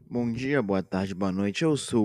Bom dia, boa tarde, boa noite. Eu sou.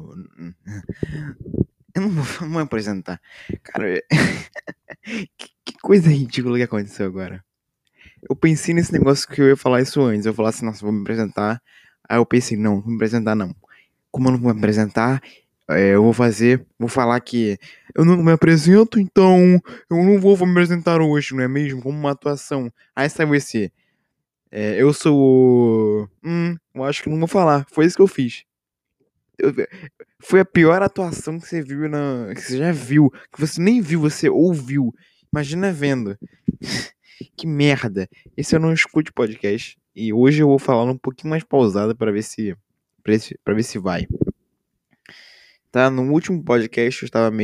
Eu não vou me apresentar. Cara, que coisa ridícula que aconteceu agora. Eu pensei nesse negócio que eu ia falar isso antes. Eu falasse, nossa, vou me apresentar. Aí eu pensei, não, vou me apresentar não. Como eu não vou me apresentar, eu vou falar que eu não me apresento, então eu não vou me apresentar hoje, não é mesmo? Como uma atuação. Aí saiu esse. Eu sou. Eu acho que não vou falar. Foi isso que eu fiz. Eu- Foi a pior atuação que você viu que você já viu, que você nem viu, você ouviu. Imagina vendo. Que merda. Esse eu não escute podcast e hoje eu vou falar um pouquinho mais pausado para ver se vai. Tá, no último podcast eu estava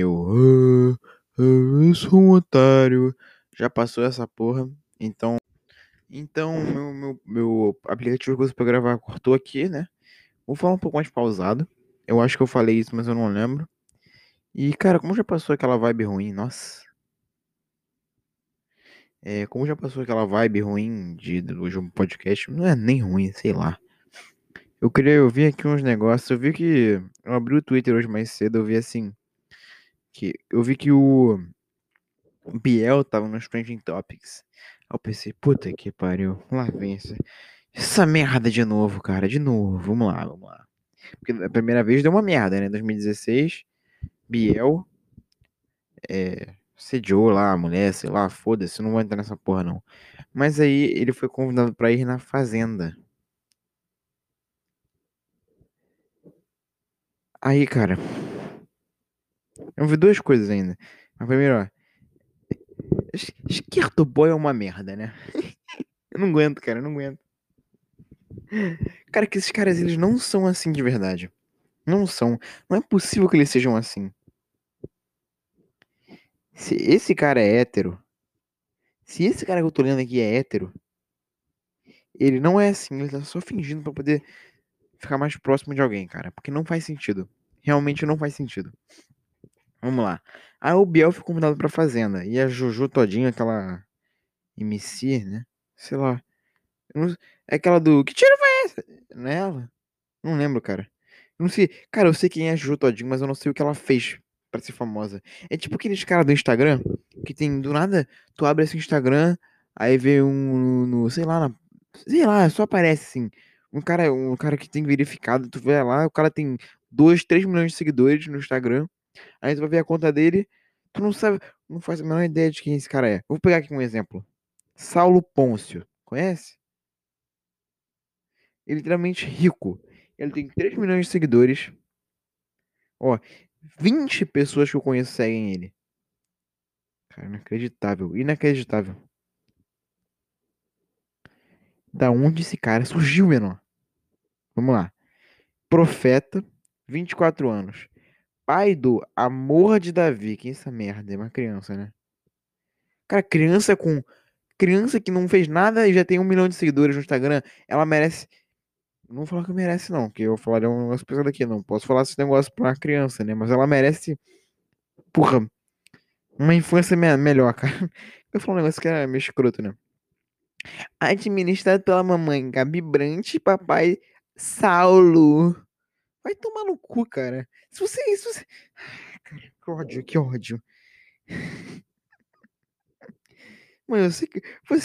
eu sou um otário. Já passou essa porra. Então meu aplicativo que eu uso pra gravar cortou aqui, né? Vou falar um pouco mais pausado. Eu acho que eu falei isso, mas eu não lembro. E, cara, como já passou aquela vibe ruim, nossa. Como já passou aquela vibe ruim de um podcast, não é nem ruim, sei lá. Eu vi aqui uns negócios, eu vi que. Eu abri o Twitter hoje mais cedo, eu vi assim. Eu vi que o Biel tava nos Trending Topics. Aí eu pensei, puta que pariu. Lá vem essa merda de novo, cara. De novo. Vamos lá, vamos lá. Porque a primeira vez deu uma merda, né? 2016, Biel sediou lá a mulher, sei lá, foda-se, não vou entrar nessa porra não. Mas aí ele foi convidado pra ir na fazenda. Aí, cara, eu vi duas coisas ainda. A primeira, ó, esquerdo boy é uma merda, né? Eu não aguento, cara, eu não aguento. Cara, que esses caras, eles não são assim de verdade. Não são. Não é possível que eles sejam assim. Se esse cara é hétero, se esse cara que eu tô lendo aqui é hétero, ele não é assim, ele tá só fingindo pra poder ficar mais próximo de alguém, cara. Porque não faz sentido. Realmente não faz sentido. Vamos lá. Aí o Biel foi convidado pra Fazenda. E a Jojo todinha, aquela MC, né? Sei lá. Eu não- É aquela do. Que tiro foi essa? Não é ela? Não lembro, cara. Eu não sei. Cara, eu sei quem é a Jojo todinho, mas eu não sei o que ela fez pra ser famosa. É tipo aqueles caras do Instagram que tem do nada. Tu abre esse Instagram, aí vê sei lá, sei lá, só aparece assim. Um cara que tem verificado, tu vê lá, o cara tem 2, 3 milhões de seguidores no Instagram. Aí tu vai ver a conta dele, tu não sabe, não faz a menor ideia de quem esse cara é. Vou pegar aqui um exemplo. Saulo Pôncio. Conhece? Ele é literalmente rico. Ele tem 3 milhões de seguidores. Ó, 20 pessoas que eu conheço seguem ele. Cara, inacreditável. Inacreditável. Da onde esse cara surgiu, menor? Vamos lá. Profeta, 24 anos. Pai do Amor de Davi. Quem é essa merda? É uma criança, né? Cara, criança que não fez nada e já tem 1 milhão de seguidores no Instagram, ela merece. Não vou falar que merece, não, que eu falaria um negócio pesado aqui, não. Posso falar esse negócio pra uma criança, né? Mas ela merece, porra, uma infância melhor, cara. Eu falo um negócio que é meio escroto, né? Administrado pela mamãe Gabi Brant e papai Saulo. Vai tomar no cu, cara. Se você... Que ódio, que ódio. Mano, eu sei que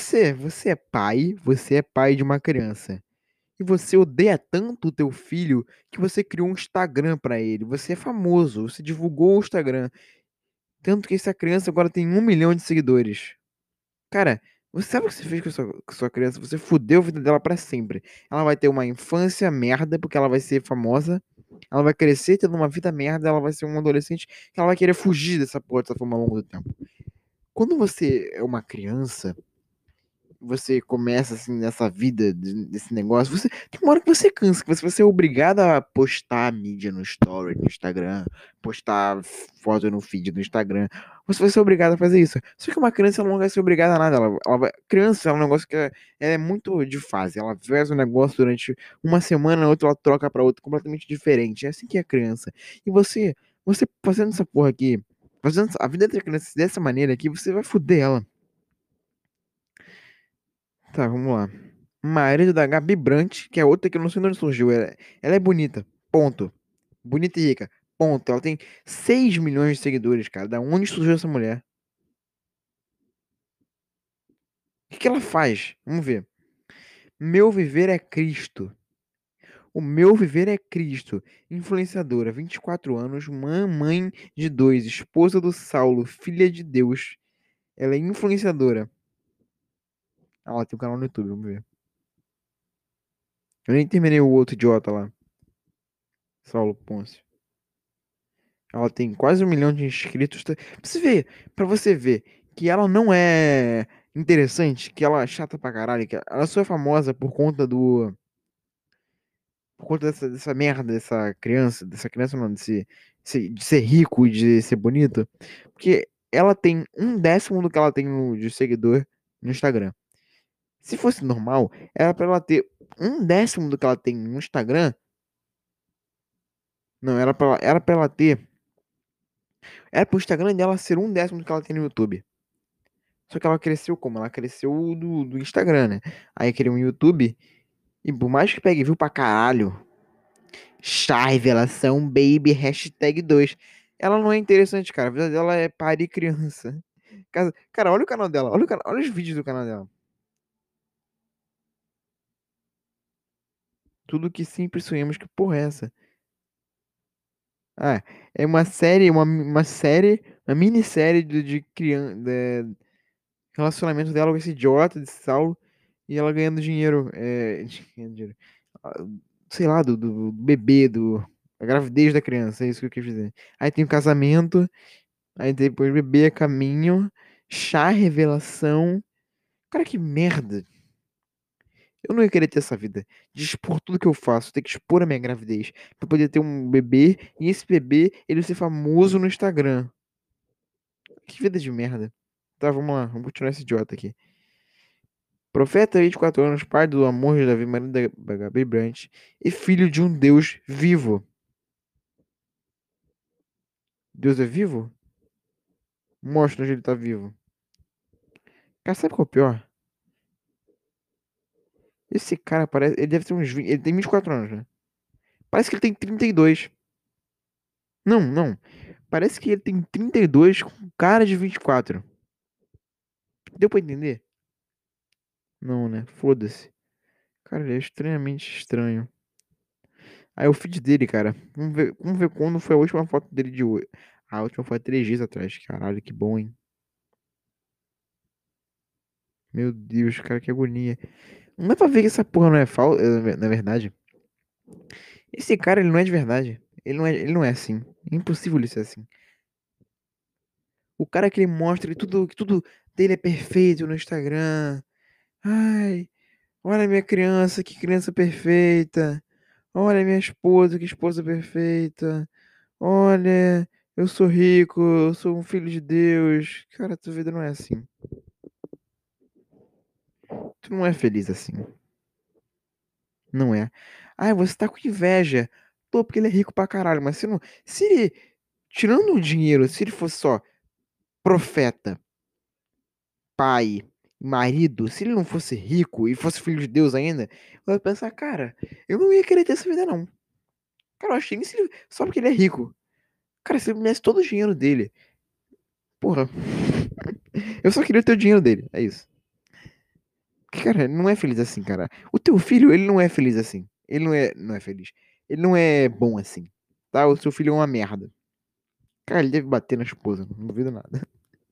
você é pai de uma criança. E você odeia tanto o teu filho que você criou um Instagram pra ele. Você é famoso, você divulgou o Instagram. Tanto que essa criança agora tem 1 milhão de seguidores. Cara, você sabe o que você fez com a sua criança? Você fudeu a vida dela pra sempre. Ela vai ter uma infância merda, porque ela vai ser famosa. Ela vai crescer tendo uma vida merda. Ela vai ser um adolescente que ela vai querer fugir dessa porra dessa forma ao longo do tempo. Quando você é uma criança, você começa assim nessa vida desse negócio, tem uma hora que você cansa, que você vai ser obrigado a postar mídia no story, no Instagram, postar foto no feed do Instagram. Você vai ser obrigado a fazer isso. Só que uma criança ela não vai ser obrigada a nada. Criança é um negócio que é muito de fase. Ela faz um negócio durante uma semana, outra ela troca pra outra completamente diferente. É assim que é criança. E você fazendo essa porra aqui, fazendo a vida da criança dessa maneira aqui, você vai foder ela. Tá, vamos lá. Marido da Gabi Brandt, que é outra que eu não sei de onde surgiu. Ela é bonita. Ponto. Bonita e rica. Ponto. Ela tem 6 milhões de seguidores, cara. Da onde surgiu essa mulher? O que que ela faz? Vamos ver. Meu viver é Cristo. O meu viver é Cristo. Influenciadora, 24 anos, mãe de dois, esposa do Saulo, filha de Deus. Ela é influenciadora. Ah, ela tem um canal no YouTube, vamos ver. Eu nem terminei o outro idiota lá. Saulo Pôncio. Ela tem quase 1 milhão de inscritos. Pra você ver que ela não é interessante, que ela é chata pra caralho, que ela só é famosa por conta dessa merda, dessa criança não, de ser rico e de ser bonito, porque ela tem 1/10 do que ela tem de seguidor no Instagram. Se fosse normal, era pra ela ter 1/10 do que ela tem no Instagram. Não, era pra ela ter. Era pro Instagram dela ser 1/10 do que ela tem no YouTube. Só que ela cresceu como? Ela cresceu do Instagram, né? Aí criou um YouTube. E por mais que pegue view pra caralho, chá revelação, baby, #2. Ela não é interessante, cara. A vida dela é parir criança. Cara, olha o canal dela. Olha os vídeos do canal dela. Tudo que sempre sonhamos. Que porra é essa? Ah, é uma minissérie de criança, relacionamento dela com esse idiota de Saulo e ela ganhando dinheiro, ganhando dinheiro, ah, sei lá, do bebê, da gravidez da criança, é isso que eu quis dizer. Aí tem o casamento, aí depois bebê a caminho, chá revelação. Cara, que merda. Eu não ia querer ter essa vida. De expor tudo que eu faço, ter que expor a minha gravidez pra poder ter um bebê e esse bebê ele ser famoso no Instagram. Que vida de merda. Tá, vamos lá, vamos continuar esse idiota aqui. Profeta, 24 anos, pai do amor de Davi, marido da Gabi Brandt e filho de um Deus vivo. Deus é vivo? Mostra onde ele tá vivo. Cara, sabe qual é o pior? Esse cara parece. Ele deve ter uns 20. Ele tem 24 anos, né? Parece que ele tem 32. Não, não. Parece que ele tem 32 com cara de 24. Deu pra entender? Não, né? Foda-se. Cara, ele é extremamente estranho. Aí o feed dele, cara. Vamos ver quando foi a última foto dele de hoje. A última foi há 3 dias atrás. Caralho, que bom, hein? Meu Deus, cara, que agonia. Não dá pra ver que essa porra não é falsa, na verdade. Esse cara, ele não é de verdade. Ele não é assim. É impossível ele ser assim. O cara que ele mostra que tudo dele é perfeito no Instagram. Ai, olha minha criança, que criança perfeita. Olha minha esposa, que esposa perfeita. Olha, eu sou rico, eu sou um filho de Deus. Cara, tua vida não é assim. Tu não é feliz assim. Não é. Ai, você tá com inveja. Tô, porque ele é rico pra caralho, mas se não. Se ele. Tirando o dinheiro, se ele fosse só profeta, pai, marido, se ele não fosse rico e fosse filho de Deus ainda, eu ia pensar, cara, eu não ia querer ter essa vida, não. Cara, eu achei que só porque ele é rico. Cara, se ele me desse todo o dinheiro dele, porra, eu só queria ter o dinheiro dele, é isso. Porque, cara, ele não é feliz assim, cara. O teu filho, ele não é feliz assim. Ele não é feliz. Ele não é bom assim, tá? O seu filho é uma merda. Cara, ele deve bater na esposa, não duvido nada.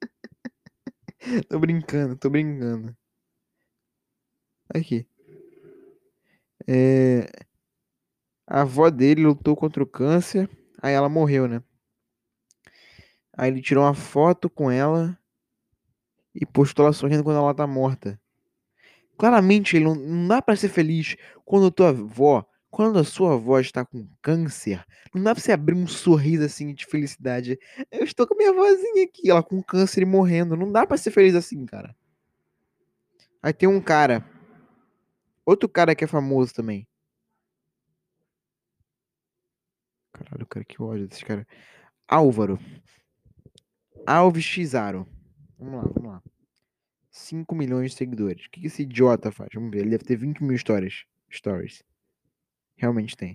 Tô brincando, tô brincando. Aqui. É, a avó dele lutou contra o câncer, aí ela morreu, né? Aí ele tirou uma foto com ela e postou ela sorrindo quando ela tá morta. Claramente, ele não dá pra ser feliz quando a sua avó está com câncer. Não dá pra você abrir um sorriso assim de felicidade. Eu estou com minha avózinha aqui, ela com câncer e morrendo. Não dá pra ser feliz assim, cara. Aí tem um cara, outro cara que é famoso também. Caralho, cara, que ódio desse cara. Álvaro. Alves Xaro. Vamos lá, vamos lá. 5 milhões de seguidores. O que que esse idiota faz? Vamos ver. Ele deve ter 20 mil histórias. Stories. Realmente tem.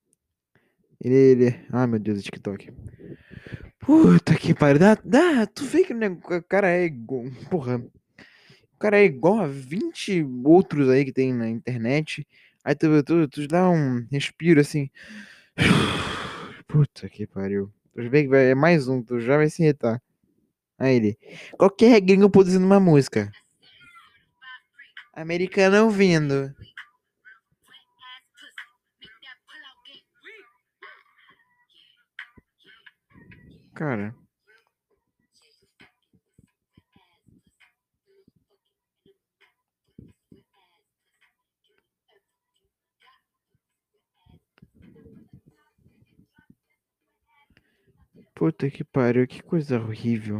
Ah, meu Deus, o TikTok. Puta que pariu. Tu vê que o cara é igual. Porra. O cara é igual a 20 outros aí que tem na internet. Aí tu dá um respiro assim. Puta que pariu. Tu vê que é mais um, tu já vai se irritar. Aí ele. Qualquer gringo produzindo uma música. Americano ouvindo. Cara, puta que pariu, que coisa horrível.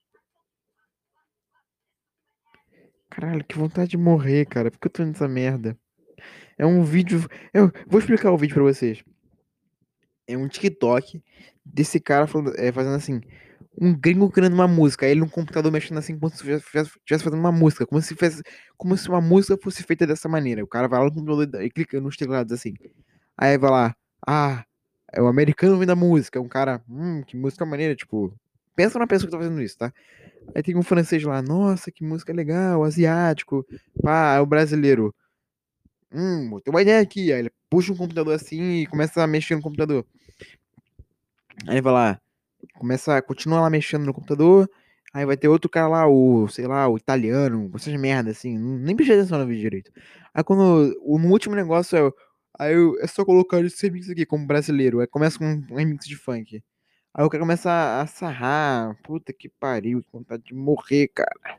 Caralho, que vontade de morrer, cara. Por que eu tô nessa merda? É um vídeo. Eu vou explicar o vídeo pra vocês. É um TikTok desse cara fazendo assim. Um gringo criando uma música. Aí ele num computador mexendo assim, como se estivesse fazendo uma música. Como se uma música fosse feita dessa maneira. O cara vai lá no computador e clica nos teclados assim. Aí vai lá. Ah, é o americano vendo a música. Um cara. Que música maneira. Tipo. Pensa na pessoa que tá fazendo isso, tá? Aí tem um francês lá. Nossa, que música legal. Asiático. Pá, é o brasileiro. Tem uma ideia aqui. Aí ele puxa um computador assim e começa a mexer no computador. Aí vai lá, continua lá mexendo no computador. Aí vai ter outro cara lá, o, sei lá, o italiano, essas merda, assim, nem prestei atenção no vídeo direito. Aí no último negócio, é só colocar esse remix aqui como brasileiro. Aí começa com um remix de funk. Aí o cara começa a sarrar. Puta que pariu, que vontade de morrer, cara.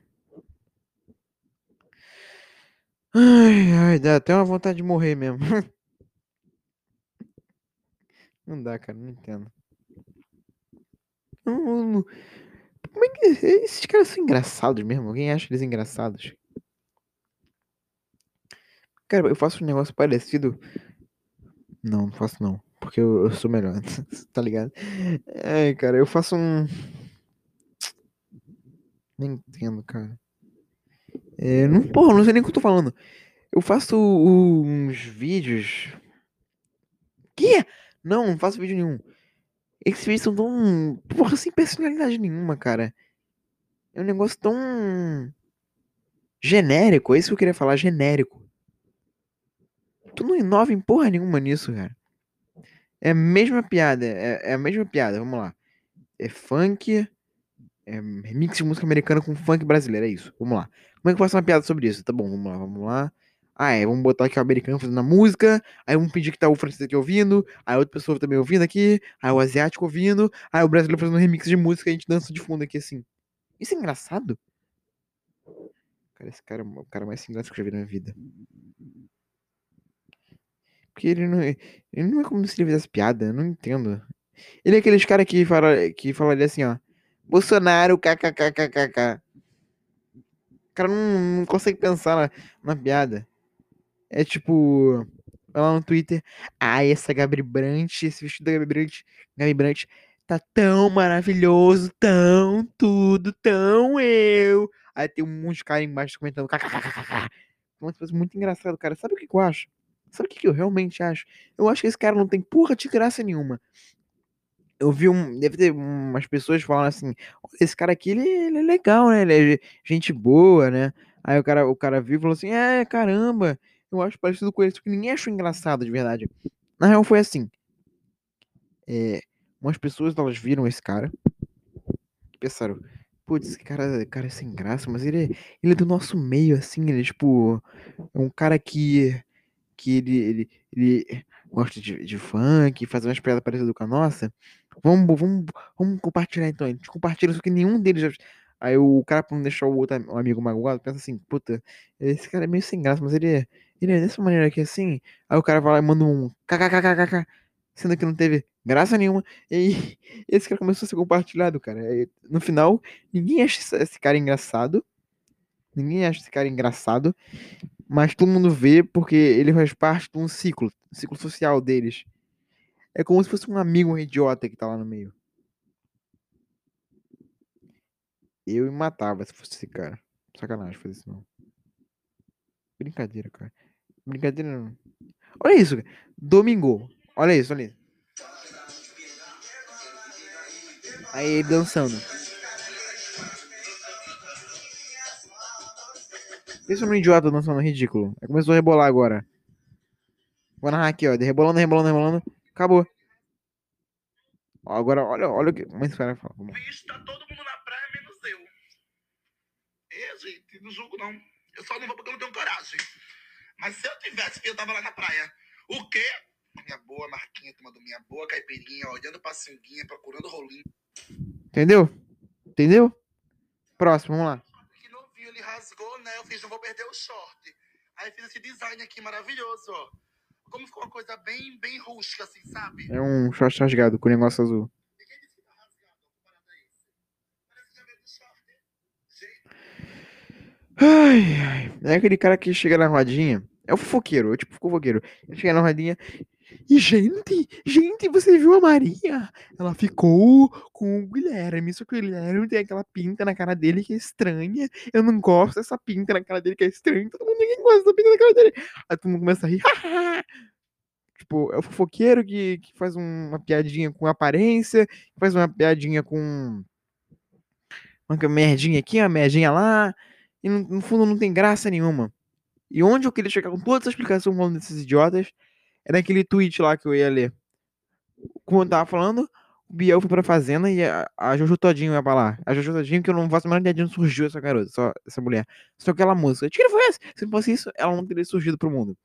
Ai, dá até uma vontade de morrer mesmo. Não dá, cara, não entendo. Como é que esses caras são engraçados mesmo? Alguém acha eles engraçados? Cara, eu faço um negócio parecido. Não, não faço não. Porque eu sou melhor, tá ligado? É, cara, eu faço um. Nem entendo, cara. Não, porra, não sei nem o que eu tô falando. Eu faço uns vídeos. Quê? Não, não faço vídeo nenhum. Esses vídeos são tão. Porra, sem personalidade nenhuma, cara. É um negócio tão. Genérico. É isso que eu queria falar, genérico. Tu não inova em porra nenhuma nisso, cara. É a mesma piada. É a mesma piada, vamos lá. É funk. Remix de música americana com funk brasileiro, é isso. Vamos lá. Como é que eu faço uma piada sobre isso? Tá bom, vamos lá, vamos lá. Vamos botar aqui o americano fazendo a música. Aí vamos pedir que tá o francês aqui ouvindo. Aí outra pessoa também ouvindo aqui. Aí o asiático ouvindo. Aí o brasileiro fazendo um remix de música e a gente dança de fundo aqui assim. Isso é engraçado? Cara, esse cara é o cara mais sem graça que eu já vi na minha vida. Porque ele não é como se ele fizesse piada, eu não entendo. Ele é aqueles cara que falaria assim, ó. Bolsonaro, kkkkkk. O cara não consegue pensar na piada. É tipo, vai lá no Twitter. Ai, essa Gabi Brandt, esse vestido da Gabi Brandt tá tão maravilhoso, tão tudo, tão eu. Aí tem um monte de cara embaixo comentando. KKKKK. Uma coisa muito engraçado, cara. Sabe o que que eu acho? Sabe o que que eu realmente acho? Eu acho que esse cara não tem porra de graça nenhuma. Eu vi deve ter umas pessoas falando assim, "Olha, esse cara aqui, ele é legal, né? Ele é gente boa, né? Aí o cara viu e falou assim, caramba, eu acho parecido com ele, só que ninguém achou engraçado de verdade. Na real foi assim, é, umas pessoas elas viram esse cara e pensaram, putz, esse cara é sem graça, mas ele é do nosso meio, assim, ele é tipo, é um cara que ele gosta de funk, faz umas piadas parecidas com a nossa. Vamos compartilhar então. A gente compartilha, só que nenhum deles. Aí o cara, pra não deixar o amigo magoado, pensa assim: puta, esse cara é meio sem graça, mas ele é dessa maneira aqui assim. Aí o cara vai lá e manda um kkkkkk, sendo que não teve graça nenhuma. E aí, esse cara começou a ser compartilhado, cara. Aí, no final, ninguém acha esse cara engraçado. Ninguém acha esse cara engraçado. Mas todo mundo vê porque ele faz parte de um ciclo social deles. É como se fosse um amigo um idiota que tá lá no meio. Eu me matava se fosse esse cara. Sacanagem fazer isso, não. Brincadeira, cara. Brincadeira não. Olha isso, cara. Domingo. Olha isso, olha isso. Aí ele dançando. Pensa num idiota dançando ridículo. Aí começou a rebolar agora. Vou narrar aqui, ó. Rebolando, rebolando, rebolando. Acabou. Ó, agora, olha o que. Mas espera, vamos lá. Bicho, tá todo mundo na praia, menos eu. Gente, não julgo não. Eu só não vou porque eu não tenho coragem. Mas se eu tivesse, eu tava lá na praia. O quê? Minha boa Marquinha tomando minha boa caipirinha, olhando pra sunguinha, procurando rolinho. Entendeu? Entendeu? Próximo, vamos lá. Que novinho, ele rasgou, né? Eu fiz, não vou perder o short. Aí fiz esse design aqui maravilhoso, ó. Como ficou uma coisa bem, bem rústica, assim, sabe? É um short rasgado com negócio azul. Ninguém disse que tá rasgado, comparado a esse. Parece que já veio do short. Gente, Ai, ai. É aquele cara que chega na rodinha. É o fofoqueiro, é tipo fofoqueiro. Ele chega na rodinha. E, gente, você viu a Maria? Ela ficou com o Guilherme. Só que o Guilherme tem aquela pinta na cara dele que é estranha. Eu não gosto dessa pinta na cara dele que é estranha. Todo mundo, ninguém gosta da pinta na cara dele. Aí todo mundo começa a rir. Tipo, é o fofoqueiro que faz uma piadinha com aparência, que faz uma piadinha com uma merdinha aqui, uma merdinha lá. E no fundo não tem graça nenhuma. E onde eu queria chegar com toda essa explicação falando desses idiotas era aquele tweet lá que eu ia ler. Como eu tava falando, o Biel foi pra fazenda e a Jojo Todinho ia pra lá. A Jojo Todinho, que eu não faço a menor ideia de onde surgiu essa garota, só essa mulher. Só aquela música. De que foi essa? Se não fosse isso, ela não teria surgido pro mundo.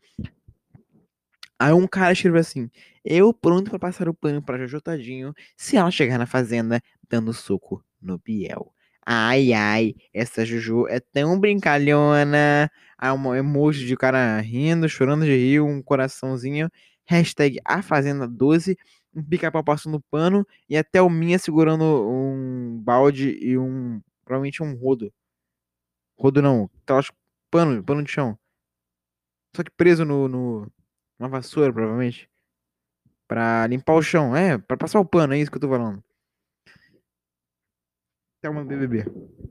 Aí um cara escreveu assim: Eu pronto pra passar o pano pra Jojo Todinho se ela chegar na fazenda dando soco no Biel. Ai, ai, essa Jojo é tão brincalhona. Aí um emoji de cara rindo, chorando de rir, um coraçãozinho. Hashtag A Fazenda 12, um pica-pau passando pano e até o Minha segurando um balde e provavelmente um rodo. Rodo não, aquelas pano de chão. Só que preso numa vassoura, provavelmente. Pra limpar o chão, pra passar o pano, é isso que eu tô falando. Thelma do BBB.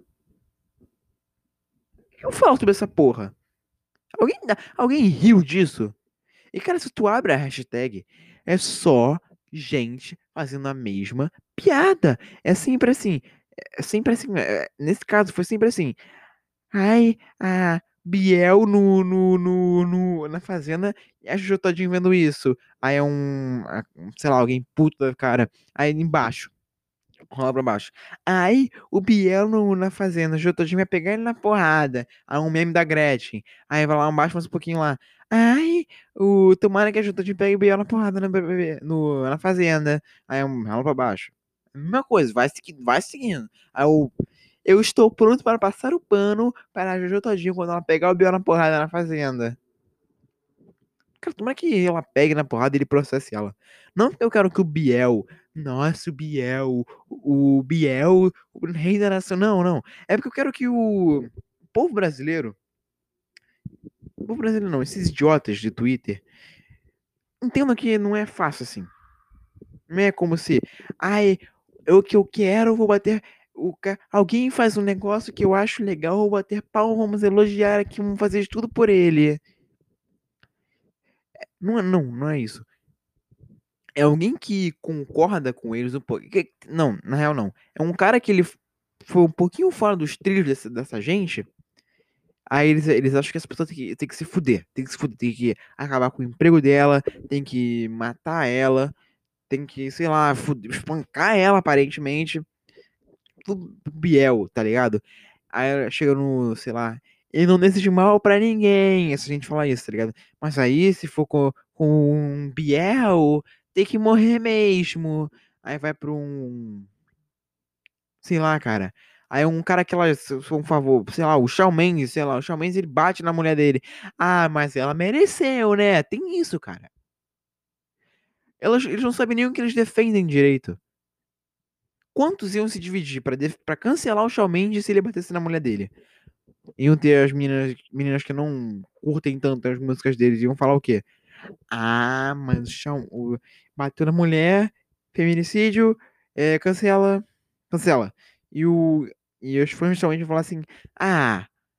O que eu falo sobre essa porra? Alguém riu disso? E cara, se tu abre a hashtag, é só gente fazendo a mesma piada. É sempre assim. É sempre assim. Nesse caso, foi sempre assim. Ai, a Biel na fazenda e a Jojo Todinho vendo isso. Aí é sei lá, alguém puto da cara. Aí embaixo. Rola pra baixo. Aí o Biel na fazenda, o Jotodinho vai pegar ele na porrada. Aí um meme da Gretchen. Aí vai lá embaixo, mais um pouquinho lá. Ai, tomara que a Jotodinho pegue o Biel na porrada na fazenda. Aí rola pra baixo. Mesma coisa, vai seguindo. Aí eu estou pronto para passar o pano para a Jojo Todinho quando ela pegar o Biel na porrada na fazenda. Cara, tomara que ela pegue na porrada e ele processe ela. Não porque eu quero que o Biel. Nossa, o Biel, o rei da nação. Não, não. É porque eu quero que o povo brasileiro. O povo brasileiro não, esses idiotas de Twitter. Entendam que não é fácil assim. Não é como se. Ai, o que eu quero, eu vou bater. Alguém faz um negócio que eu acho legal, eu vou bater palma, vamos elogiar aqui, vamos fazer de tudo por ele. Não é isso. É alguém que concorda com eles um pouco. Não, na real não. É um cara que ele foi um pouquinho fora dos trilhos dessa gente. Aí eles acham que essa pessoa tem que se fuder. Tem que se fuder, tem que acabar com o emprego dela, tem que matar ela, tem que, sei lá, espancar ela aparentemente. Tudo Biel, tá ligado? Aí chega no, sei lá, ele não deseja mal pra ninguém, se a gente falar isso, tá ligado? Mas aí, se for com um Biel, tem que morrer mesmo. Aí vai pra sei lá, cara. Aí um cara que ela, se for um favor, sei lá, o Shawn Mendes, sei lá, o Shawn Mendes ele bate na mulher dele. Ah, mas ela mereceu, né? Tem isso, cara. Eles não sabem nem o que eles defendem direito. Quantos iam se dividir pra cancelar o Shawn Mendes se ele batesse na mulher dele? Iam ter as meninas que não curtem tanto as músicas deles, iam falar o quê? Ah, mas bateu na mulher, feminicídio, cancela. E, o, e os fãs também vão falar assim: Ah,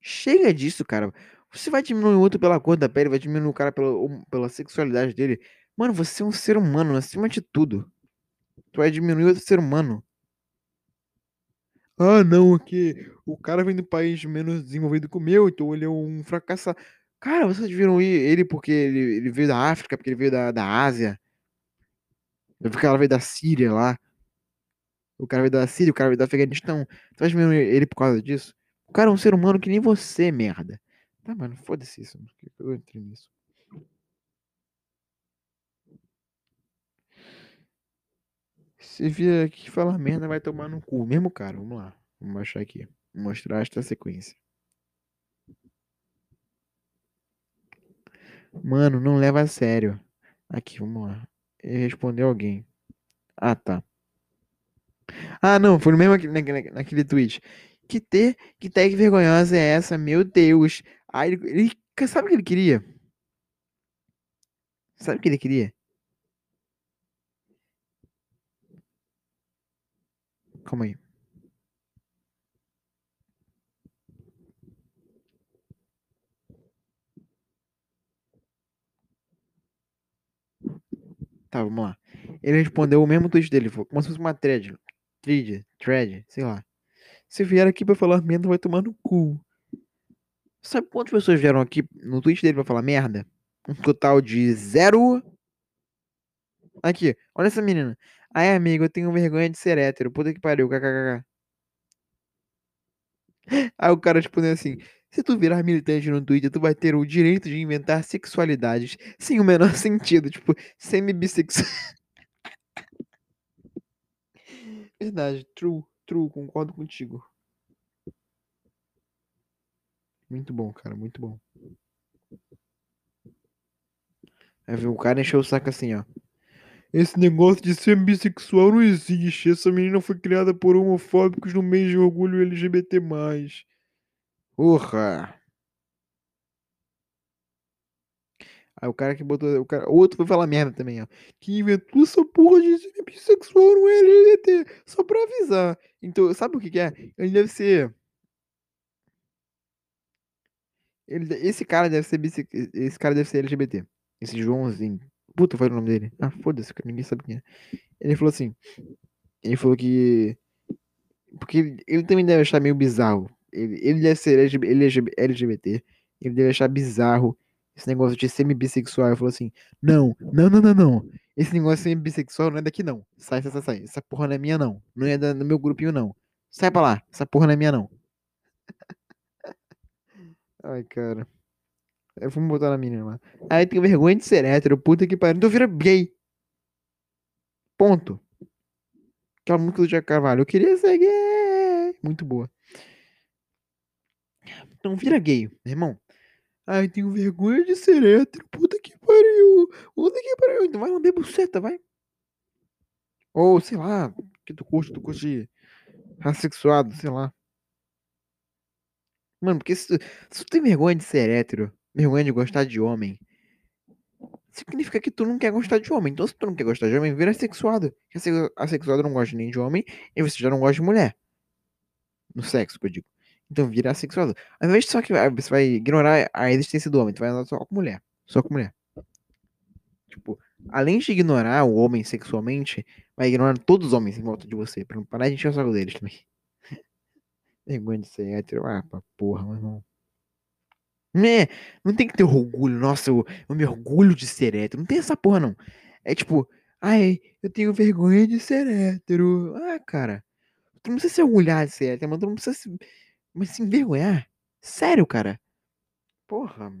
Chega disso, cara. Você vai diminuir o outro pela cor da pele, vai diminuir o cara pela sexualidade dele. Mano, você é um ser humano, acima de tudo. Tu vai diminuir outro ser humano. Ah, não, aqui o cara vem do país menos desenvolvido que o meu, então ele é um fracassado. Cara, vocês viram ele porque ele veio da África, porque ele veio da Ásia. O cara veio da Síria lá. O cara veio da Síria, o cara veio do Afeganistão. Tu vai diminuir ele por causa disso? O cara é um ser humano que nem você, merda. Tá, mano, foda-se isso. Por que eu entrei nisso? Se vier aqui falar merda, vai tomar no cu. Mesmo cara, vamos lá. Vamos baixar aqui. Vou mostrar esta sequência. Mano, não leva a sério. Aqui, vamos lá. Ele respondeu alguém. Ah, tá. Ah, não, foi no mesmo naquele tweet. Que tag vergonhosa é essa? Meu Deus. Aí sabe o que ele queria? Sabe o que ele queria? Calma aí. Tá, vamos lá. Ele respondeu o mesmo tweet dele, como se fosse uma thread, sei lá. Se vier aqui pra falar merda, vai tomar no cu. Sabe quantas pessoas vieram aqui no tweet dele pra falar merda? Um total de zero. Aqui, olha essa menina. Ai, amigo, eu tenho vergonha de ser hétero. Puta que pariu, kkkk. Aí o cara respondeu assim: se tu virar militante no Twitter, tu vai ter o direito de inventar sexualidades sem o menor sentido, tipo, semi-bissexual. Verdade, true, concordo contigo. Muito bom, cara, muito bom. Aí viu, o cara encheu o saco assim, ó. Esse negócio de ser bissexual não existe. Essa menina foi criada por homofóbicos no mês de orgulho LGBT+. Porra! Aí o cara que botou. O outro foi falar merda também, ó. Que inventou essa porra de ser bissexual não é LGBT. Só pra avisar. Então, sabe o que que é? Ele deve ser. Esse cara deve ser Esse cara deve ser LGBT. Esse Joãozinho. Puta, foi o nome dele. Ah, foda-se, cara, ninguém sabe quem é. Ele falou assim. Ele falou que. Porque ele também deve achar meio bizarro. Ele deve ser LGBT. Ele deve achar bizarro esse negócio de semi-bissexual. Ele falou assim: não. Esse negócio de semi-bissexual não é daqui, não. Sai. Essa porra não é minha, não. Não é do meu grupinho, não. Sai pra lá. Essa porra não é minha, não. Ai, cara. Eu vou botar na menina lá. Aí tem vergonha de ser hétero. Puta que pariu. Então vira gay. Ponto. Aquela música do Jack Carvalho. Eu queria ser gay. Muito boa. Então vira gay, meu irmão. Ai, tenho vergonha de ser hétero. Puta que pariu. Puta que pariu. Então vai lamber buceta, vai. Ou, sei lá, que tu curte assexuado, sei lá. Mano, porque se tu tem vergonha de ser hétero, vergonha de gostar de homem, significa que tu não quer gostar de homem. Então, se tu não quer gostar de homem, vira assexuado. Porque assexuado não gosta nem de homem, e você já não gosta de mulher. No sexo, que eu digo. Então, vira assexuado. Ao invés de só que você vai ignorar a existência do homem, tu vai andar só com mulher. Só com mulher. Tipo, além de ignorar o homem sexualmente, vai ignorar todos os homens em volta de você, pra não parar de encher o saco deles também. Vergonha de ser hétero, pra porra, meu irmão. Né? Não tem que ter orgulho, nossa, eu me orgulho de ser hétero. Não tem essa porra, não. É tipo, ai, eu tenho vergonha de ser hétero. Ah, cara, tu não precisa se orgulhar de ser hétero, mas tu não precisa mas se envergonhar. Sério, cara. Porra.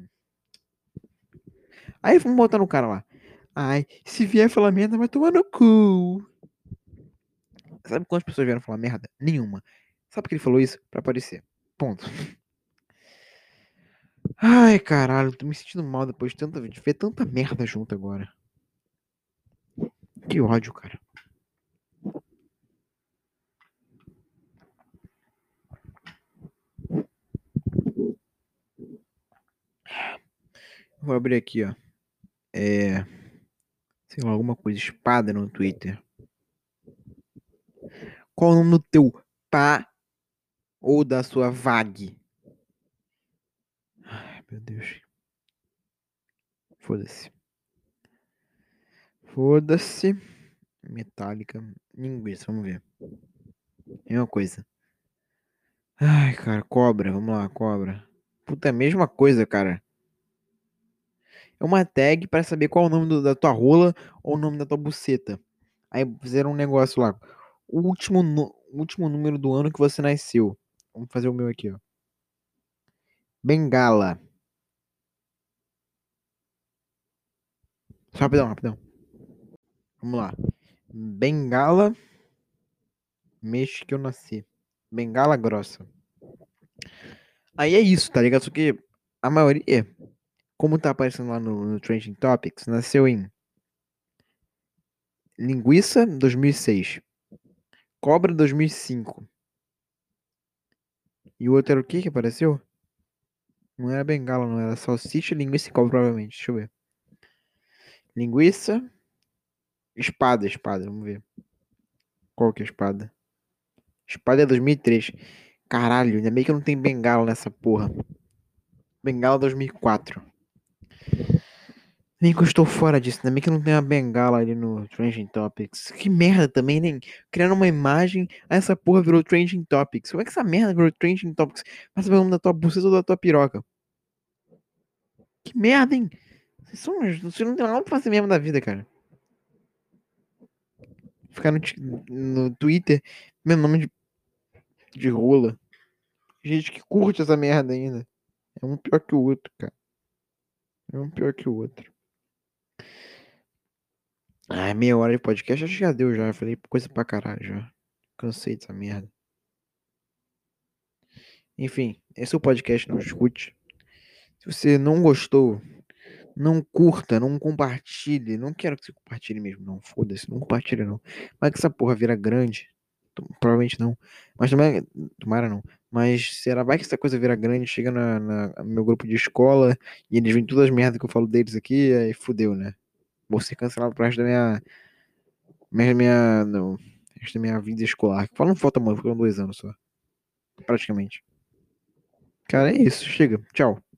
Aí vamos botar no cara lá. Ai, se vier falar merda, vai tomar no cu. Sabe quantas pessoas vieram falar merda? Nenhuma. Sabe por que ele falou isso? Pra aparecer. Ponto. Ai, caralho, tô me sentindo mal depois de ver tanta merda junto agora. Que ódio, cara. Vou abrir aqui, ó. É. Sei lá, alguma coisa. Espada no Twitter. Qual o nome do teu pá ou da sua vague? Meu Deus. Foda-se. Foda-se. Metálica. Linguiça, vamos ver. Mesma coisa. Ai, cara, cobra. Vamos lá, cobra. Puta, é a mesma coisa, cara. É uma tag pra saber qual é o nome da tua rola ou o nome da tua buceta. Aí fizeram um negócio lá. O último número do ano que você nasceu. Vamos fazer o meu aqui, ó. Bengala. Só rapidão, rapidão. Vamos lá. Bengala, mês que eu nasci. Bengala grossa. Aí é isso, tá ligado? Só que a maioria, como tá aparecendo lá no Trending Topics, nasceu em linguiça 2006, cobra 2005. E o outro era o que que apareceu? Não era bengala, não. Era salsicha, linguiça e cobra, provavelmente. Deixa eu ver. Linguiça, espada, espada. Vamos ver. Qual que é a espada? Espada é 2003. Caralho, ainda bem que não tem bengala nessa porra. Bengala 2004. Nem que eu estou fora disso, ainda bem que não tem uma bengala ali no Trending Topics. Que merda também, nem criaram uma imagem, aí essa porra virou Trending Topics. Como é que essa merda virou Trending Topics? Vai saber o nome da tua buceta ou da tua piroca? Que merda, hein? Vocês não tem nada pra fazer mesmo da vida, cara. Ficar no Twitter, meu nome de rola. Gente que curte essa merda ainda. É um pior que o outro, cara. É um pior que o outro. Ai, meia hora de podcast acho que já deu já. Falei coisa pra caralho já. Cansei dessa merda. Enfim, esse é o podcast, não escute. Se você não gostou, não curta, não compartilhe. Não quero que você compartilhe mesmo, não. Foda-se, não compartilha não. Vai que essa porra vira grande. Provavelmente não. Mas também, tomara não. Mas será, vai que essa coisa vira grande, chega no meu grupo de escola e eles veem todas as merdas que eu falo deles aqui, aí fudeu, né? Vou ser cancelado pro resto da não, resto da minha vida escolar. Fala, não falta muito, foram 2 anos só. Praticamente. Cara, é isso. Chega. Tchau.